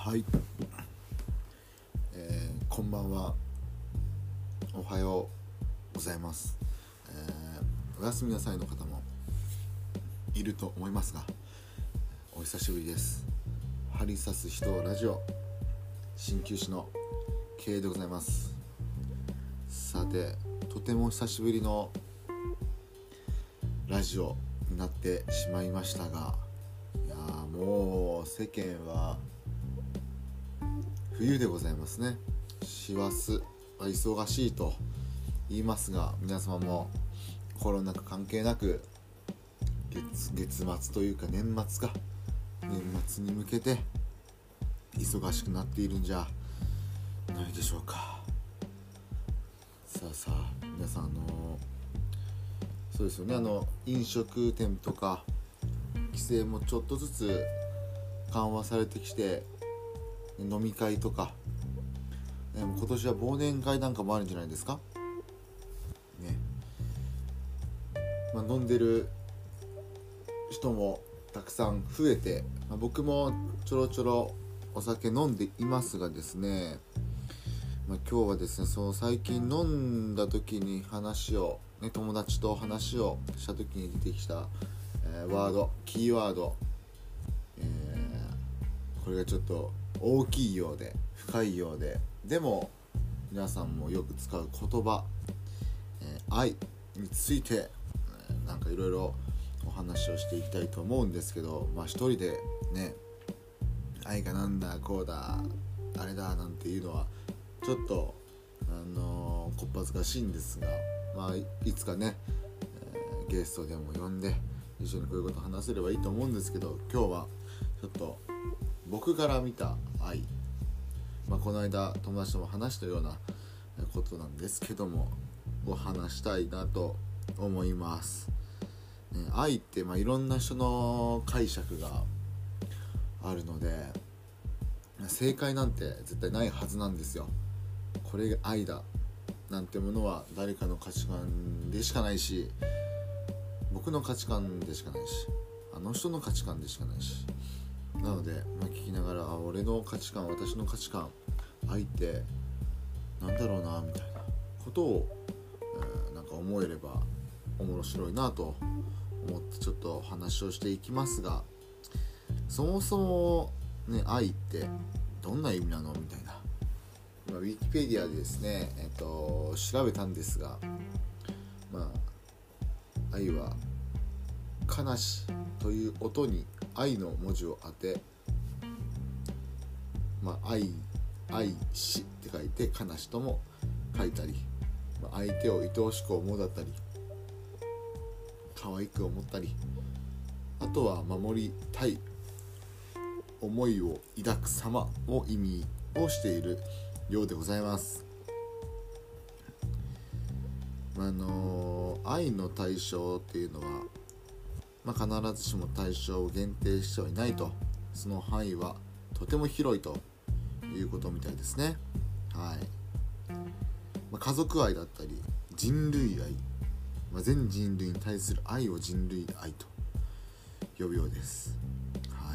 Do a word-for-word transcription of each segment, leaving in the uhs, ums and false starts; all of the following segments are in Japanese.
はい、えー、こんばんは、おはようございます、えー、おやすみなさいの方もいると思いますが、お久しぶりです。針刺す人ラジオ鍼灸師の K でございます。さて、とても久しぶりのラジオになってしまいましたが、いやもう世間は冬でございますね。師走は忙しいと言いますが、皆様もコロナ禍関係なく 月, 月末というか年末か年末に向けて忙しくなっているんじゃないでしょうか。さあさあ皆さん、あのそうですよね、あの飲食店とか規制もちょっとずつ緩和されてきて、飲み会とか、ね、今年は忘年会なんかもあるんじゃないですかね。まあ、飲んでる人もたくさん増えて、まあ、僕もちょろちょろお酒飲んでいますがですね、まあ、今日はですね、その最近飲んだ時に話を、ね、友達と話をした時に出てきた、えー、ワードキーワード、えー、これがちょっと大きいようで深いようで、でも皆さんもよく使う言葉、えー、愛について、えー、なんかいろいろお話をしていきたいと思うんですけど、まあ一人でね、愛がなんだこうだあれだなんていうのはちょっとあのー、こっぱずかしいんですが、まあ い, いつかね、えー、ゲストでも呼んで一緒にこういうこと話せればいいと思うんですけど、今日はちょっと僕から見た愛、まあ、この間友達とも話したようなことなんですけども、を話したいなと思います、ね、愛ってまあいろんな人の解釈があるので、正解なんて絶対ないはずなんですよ。これが愛だなんてものは誰かの価値観でしかないし、僕の価値観でしかないし、あの人の価値観でしかないし、なので、まあ、聞きながら、あ、俺の価値観、私の価値観、愛ってなんだろうなみたいなことを、えー、なんか思えれば面白いなと思ってちょっと話をしていきますが、そもそもね、愛ってどんな意味なのみたいな、今ウィキペディアでですね、えっと調べたんですが、まあ愛は悲しという音に愛の文字を当て、まあ、愛、愛しって書いて悲しとも書いたり、まあ、相手を愛おしく思うだったり可愛く思ったり、あとは守りたい思いを抱く様を意味をしているようでございます。まああのー、愛の対象っていうのは、まあ、必ずしも対象を限定してはいないと、その範囲はとても広いということみたいですね。はい。まあ、家族愛だったり人類愛、まあ、全人類に対する愛を人類愛と呼ぶようです。はい。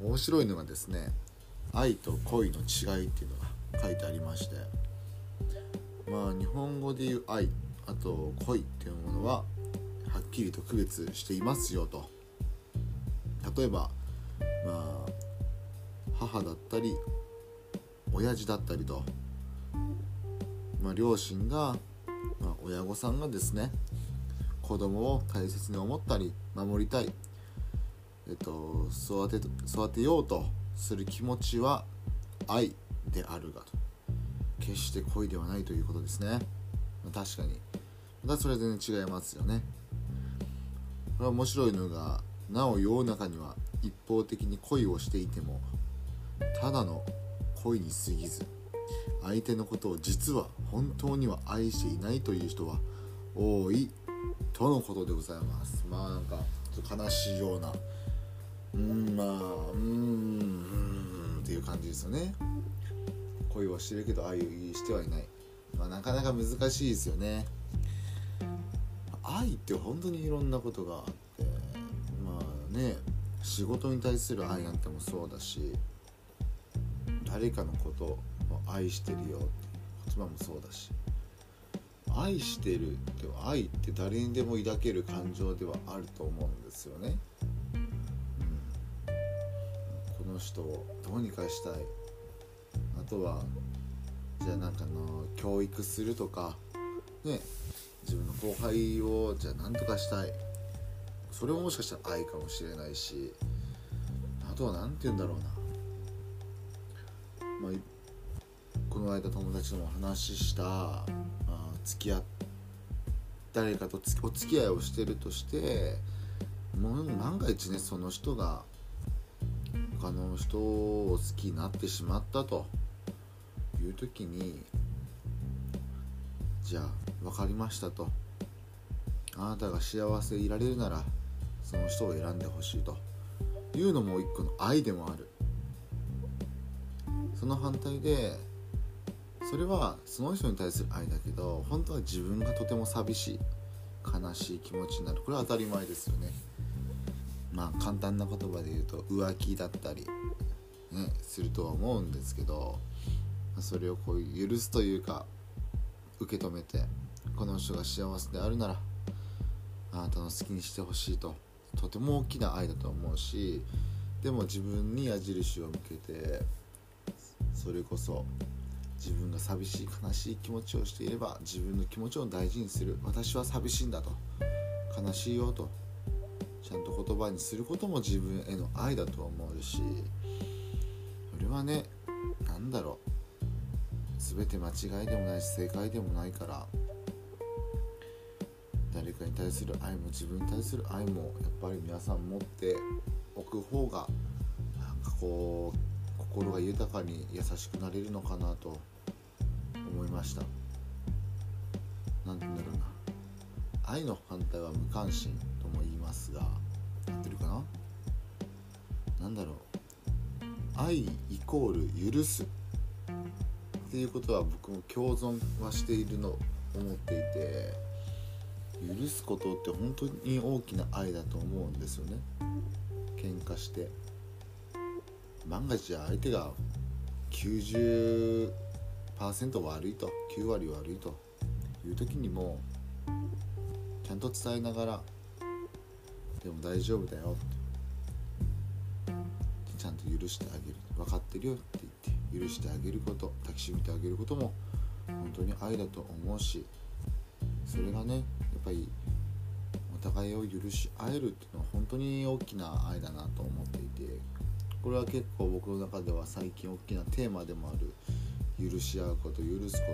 面白いのがですね、愛と恋の違いっていうのが書いてありまして、まあ日本語でいう愛、あと恋っていうものははっきりと区別していますよと。例えば、まあ、母だったり親父だったりと、まあ、両親が、まあ、親御さんがですね、子供を大切に思ったり守りたい、えっと、育て、育てようとする気持ちは愛であるがと、決して恋ではないということですね。まあ、確かにまたそれは全然違いますよね。これは面白いのが、なお世の中には一方的に恋をしていてもただの恋に過ぎず、相手のことを実は本当には愛していないという人は多いとのことでございます。まあなんかちょっと悲しいような、うーんまあうーんうーんっていう感じですよね。恋はしてるけど愛をしてはいない、まあなかなか難しいですよね。愛って本当にいろんなことがあって、まあね、 仕事に対する愛なんてもそうだし、誰かのことを愛してるよっていう言葉もそうだし、愛してるって愛って誰にでも抱ける感情ではあると思うんですよね、うん、この人をどうにかしたい、あとはじゃあなんかの教育するとかね、自分の後輩をじゃあ何とかしたい、それももしかしたら愛かもしれないし、あとはなんて言うんだろうな、まあ、この間友達とも話した、まあ、付き合っ誰かとお付き合いをしてるとして、もう万が一ねその人が他の人を好きになってしまったという時に、じゃあ分かりましたと、あなたが幸せでいられるならその人を選んでほしいというのも一個の愛でもある。その反対で、それはその人に対する愛だけど、本当は自分がとても寂しい悲しい気持ちになる。これは当たり前ですよね。まあ簡単な言葉で言うと浮気だったり、ね、するとは思うんですけど、それをこう許すというか受け止めて、この人が幸せであるならあなたの好きにしてほしいと、とても大きな愛だと思うし、でも自分に矢印を向けて、それこそ自分が寂しい悲しい気持ちをしていれば自分の気持ちを大事にする、私は寂しいんだと、悲しいよとちゃんと言葉にすることも自分への愛だと思うし、それはね、なんだろう、全て間違いでもないし正解でもないから、誰かに対する愛も自分に対する愛もやっぱり皆さん持っておく方がなんかこう心が豊かに優しくなれるのかなと思いました。なんて言うんだろうな、愛の反対は無関心とも言いますが、合ってるかな。なんだろう、愛イコール許すっていうことは僕も共存はしているの思っていて、許すことって本当に大きな愛だと思うんですよね。喧嘩して万が一相手が きゅうじゅっパーセント 悪いと、きゅうわり悪いという時にもちゃんと伝えながら、でも大丈夫だよってちゃんと許してあげる、分かってるよって言って許してあげること、抱きしめてあげることも本当に愛だと思うし、それがねやっぱりお互いを許し合えるっていうのは本当に大きな愛だなと思っていて、これは結構僕の中では最近大きなテーマでもある、許し合うこと、許すこと。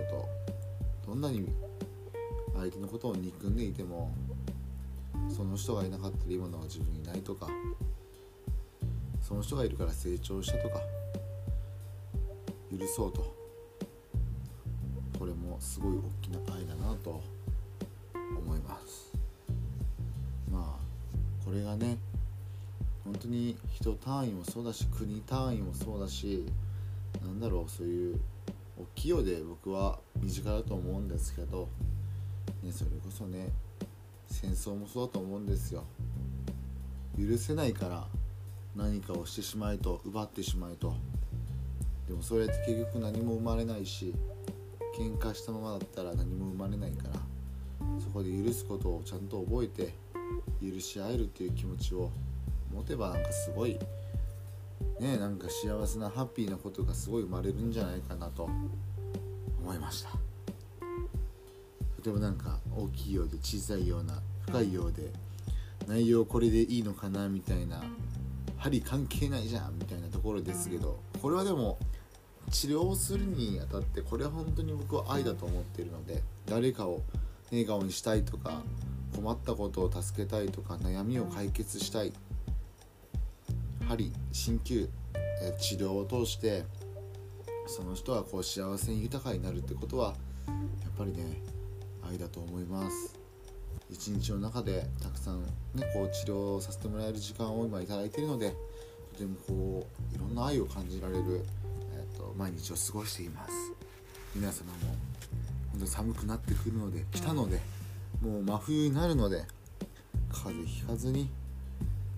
どんなに相手のことを憎んでいても、その人がいなかったら今のは自分いないとか、その人がいるから成長したとか、許そうと、これもすごい大きな愛だなと思います。まあこれがね本当に人単位もそうだし、国単位もそうだし、なんだろう、そういう大きいようで僕は身近だと思うんですけど、ね、それこそね戦争もそうだと思うんですよ。許せないから何かをしてしまいと、奪ってしまいと、でもそれって結局何も生まれないし、喧嘩したままだったら何も生まれないから、そこで許すことをちゃんと覚えて許し合えるっていう気持ちを持てば、なんかすごいね、なんか幸せなハッピーなことがすごい生まれるんじゃないかなと思いました。とてもなんか大きいようで小さいような、深いようで、内容これでいいのかなみたいな、針関係ないじゃんみたいなところですけど、これはでも治療をするにあたってこれは本当に僕は愛だと思っているので、誰かを笑顔にしたいとか、困ったことを助けたいとか、悩みを解決したい、針鍼灸治療を通してその人はこう幸せに豊かになるってことはやっぱりね愛だと思います。一日の中でたくさんねこう治療させてもらえる時間を今いただいているので、とてもこういろんな愛を感じられる、えー、と毎日を過ごしています。皆様も本当に寒くなってくるので、来たのでもう真冬になるので、風邪ひかずに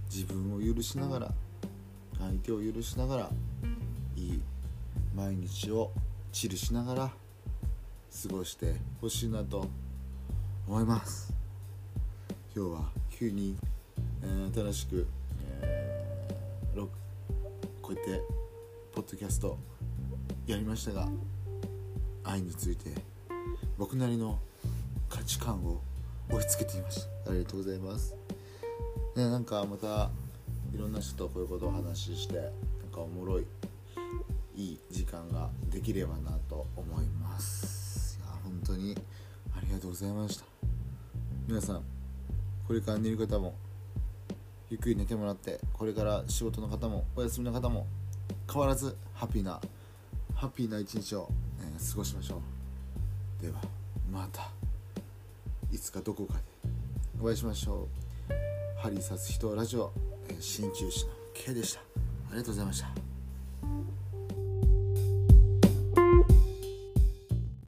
自分を許しながら、相手を許しながら、いい毎日をチルしながら過ごしてほしいなと思います。今日は急に、えー、新しく、えー、こうやってポッドキャストやりましたが、愛について僕なりの価値観を追いつけていました。ありがとうございます、ね、なんかまたいろんな人とこういうことを話して、なんかおもろいいい時間ができればなと思います。いや本当にありがとうございました。皆さんこれから寝る方もゆっくり寝てもらって、これから仕事の方もお休みの方も変わらずハッピーなハッピーな一日を、えー、過ごしましょう。ではまたいつかどこかでお会いしましょう。針刺す人ラジオ、えー、鍼灸師の K でした。ありがとうございました。